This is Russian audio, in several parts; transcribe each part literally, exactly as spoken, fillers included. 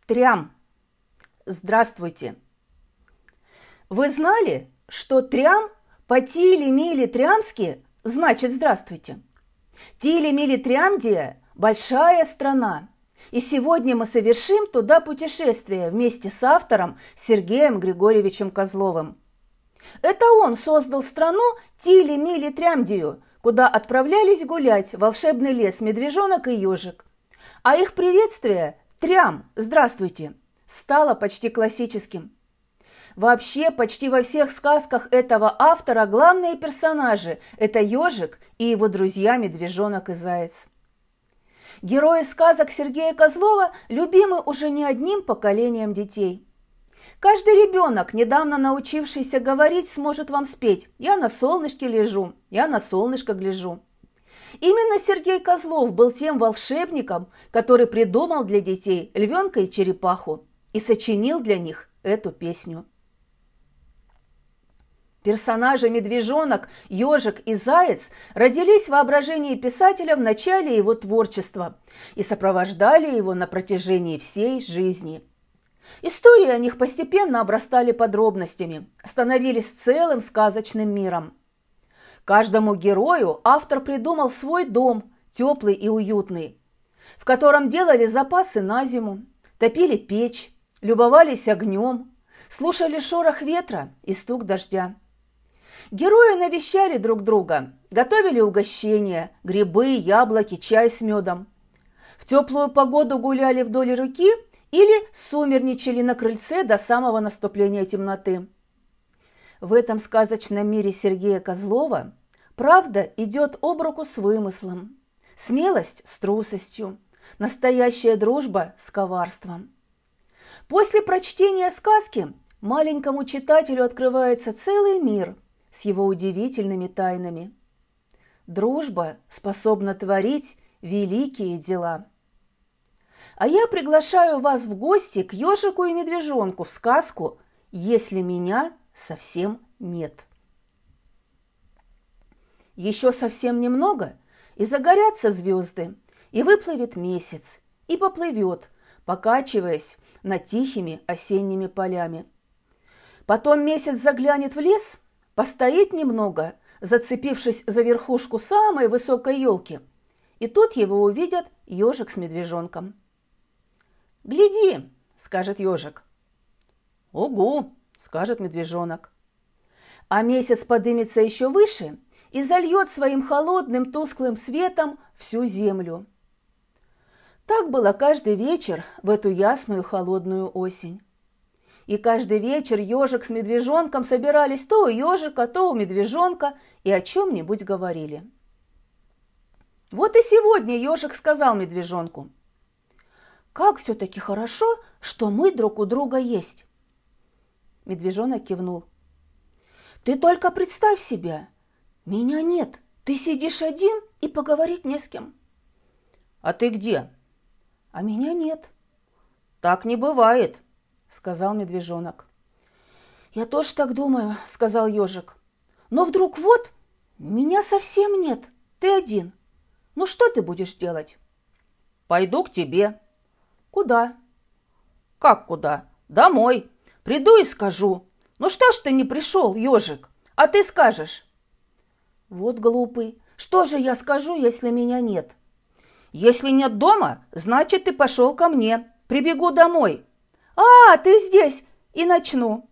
Трям. Здравствуйте. Вы знали, что трям по-тиле-миле-трямски значит здравствуйте? Тиле-миле-трямдия – большая страна, и сегодня мы совершим туда путешествие вместе с автором Сергеем Григорьевичем Козловым. Это он создал страну Тиле-миле-трямдию, куда отправлялись гулять в волшебный лес медвежонок и ежик. А их приветствие «трям, здравствуйте» стало почти классическим. Вообще, почти во всех сказках этого автора главные персонажи – это ежик и его друзья медвежонок и заяц. Герои сказок Сергея Козлова любимы уже не одним поколением детей. Каждый ребенок, недавно научившийся говорить, сможет вам спеть «Я на солнышке лежу, я на солнышко гляжу». Именно Сергей Козлов был тем волшебником, который придумал для детей львенка и черепаху и сочинил для них эту песню. Персонажи медвежонок, ежик и заяц родились в воображении писателя в начале его творчества и сопровождали его на протяжении всей жизни. Истории о них постепенно обрастали подробностями, становились целым сказочным миром. Каждому герою автор придумал свой дом, теплый и уютный, в котором делали запасы на зиму, топили печь, любовались огнем, слушали шорох ветра и стук дождя. Герои навещали друг друга, готовили угощения, грибы, яблоки, чай с медом. В теплую погоду гуляли вдоль реки или сумерничали на крыльце до самого наступления темноты. В этом сказочном мире Сергея Козлова правда идет об руку с вымыслом, смелость с трусостью, настоящая дружба с коварством. После прочтения сказки маленькому читателю открывается целый мир с его удивительными тайнами. Дружба способна творить великие дела. А я приглашаю вас в гости к ежику и медвежонку в сказку «Если меня совсем нет». Еще совсем немного, и загорятся звезды, и выплывет месяц, и поплывет, покачиваясь над тихими осенними полями. Потом месяц заглянет в лес, постоит немного, зацепившись за верхушку самой высокой елки, и тут его увидят ежик с медвежонком. «Гляди!» – скажет ежик. «Угу!» – скажет медвежонок. А месяц подымется еще выше и зальет своим холодным тусклым светом всю землю. Так было каждый вечер в эту ясную холодную осень. И каждый вечер ежик с медвежонком собирались то у ежика, то у медвежонка и о чем-нибудь говорили. Вот и сегодня ежик сказал медвежонку: «Как все-таки хорошо, что мы друг у друга есть!» Медвежонок кивнул. «Ты только представь себе, меня нет, ты сидишь один и поговорить не с кем». «А ты где?» «А меня нет». «Так не бывает», — сказал медвежонок. «Я тоже так думаю», — сказал ежик. «Но вдруг вот меня совсем нет, ты один. Ну что ты будешь делать?» «Пойду к тебе». «Куда?» «Как куда? Домой. Приду и скажу. Ну что ж ты не пришел, ежик? А ты скажешь». «Вот глупый. Что же я скажу, если меня нет?» «Если нет дома, значит, ты пошел ко мне. Прибегу домой». «А, ты здесь!» И начну.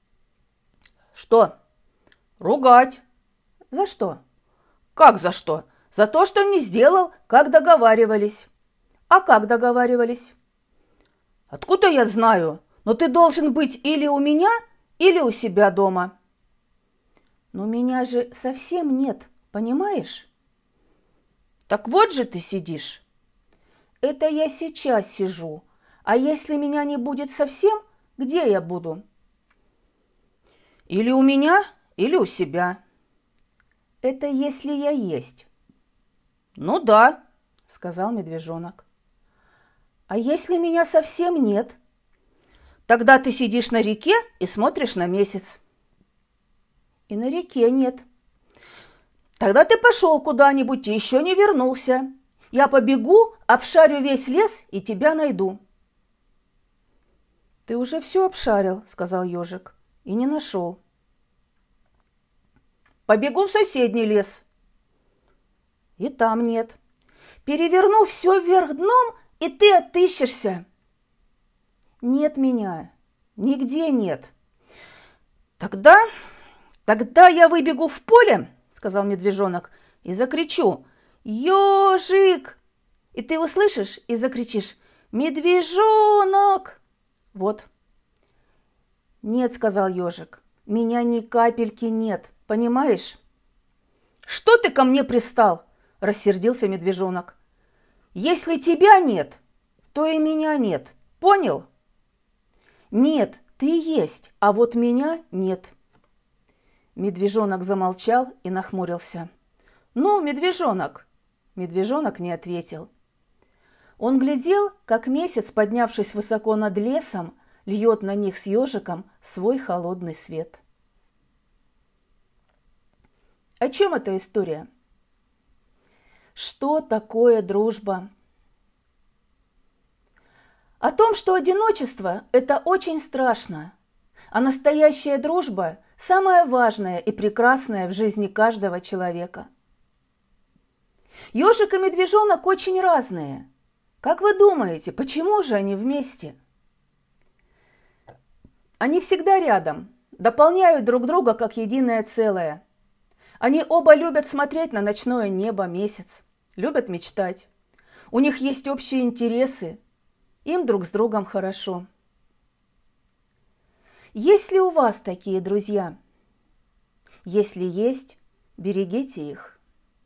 «Что?» «Ругать». «За что?» «Как за что? За то, что не сделал, как договаривались». «А как договаривались?» «Откуда я знаю? Но ты должен быть или у меня, или у себя дома». «Но меня же совсем нет, понимаешь?» «Так вот же ты сидишь». «Это я сейчас сижу. А если меня не будет совсем, где я буду?» «Или у меня, или у себя». «Это если я есть». «Ну да», — сказал медвежонок. «А если меня совсем нет?» «Тогда ты сидишь на реке и смотришь на месяц». «И на реке нет». «Тогда ты пошел куда-нибудь и еще не вернулся. Я побегу, обшарю весь лес и тебя найду». «Ты уже все обшарил», — сказал ежик, — «и не нашел». «Побегу в соседний лес». «И там нет». «Переверну все вверх дном, и ты отыщешься». «Нет меня, нигде нет». «Тогда, тогда я выбегу в поле», — сказал медвежонок, — «и закричу: ежик!» И ты услышишь и закричишь: «Медвежонок!» Вот. «Нет», — сказал ежик, — «меня ни капельки нет, понимаешь?» «Что ты ко мне пристал?» — рассердился медвежонок. «Если тебя нет, то и меня нет. Понял?» «Нет, ты есть, а вот меня нет». Медвежонок замолчал и нахмурился. «Ну, медвежонок!» Медвежонок не ответил. Он глядел, как месяц, поднявшись высоко над лесом, льет на них с ежиком свой холодный свет. О чем эта история? Что такое дружба? О том, что одиночество – это очень страшно, а настоящая дружба – самое важное и прекрасное в жизни каждого человека. Ежик и медвежонок очень разные. Как вы думаете, почему же они вместе? Они всегда рядом, дополняют друг друга как единое целое. Они оба любят смотреть на ночное небо, месяц, любят мечтать. У них есть общие интересы, им друг с другом хорошо. Есть ли у вас такие друзья? Если есть, берегите их.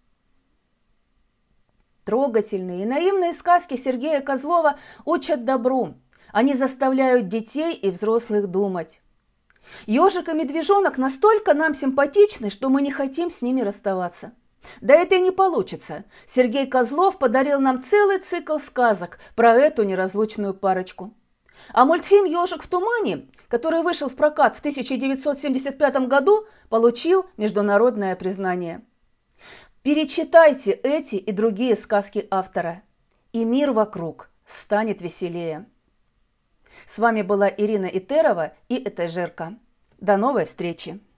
Трогательные и наивные сказки Сергея Козлова учат добру. Они заставляют детей и взрослых думать. Ежик и медвежонок настолько нам симпатичны, что мы не хотим с ними расставаться. Да это и не получится. Сергей Козлов подарил нам целый цикл сказок про эту неразлучную парочку. А мультфильм «Ежик в тумане», который вышел в прокат в тысяча девятьсот семьдесят пятом году, получил международное признание. Перечитайте эти и другие сказки автора, и мир вокруг станет веселее. С вами была Ирина Итерова и Этажерка. До новой встречи!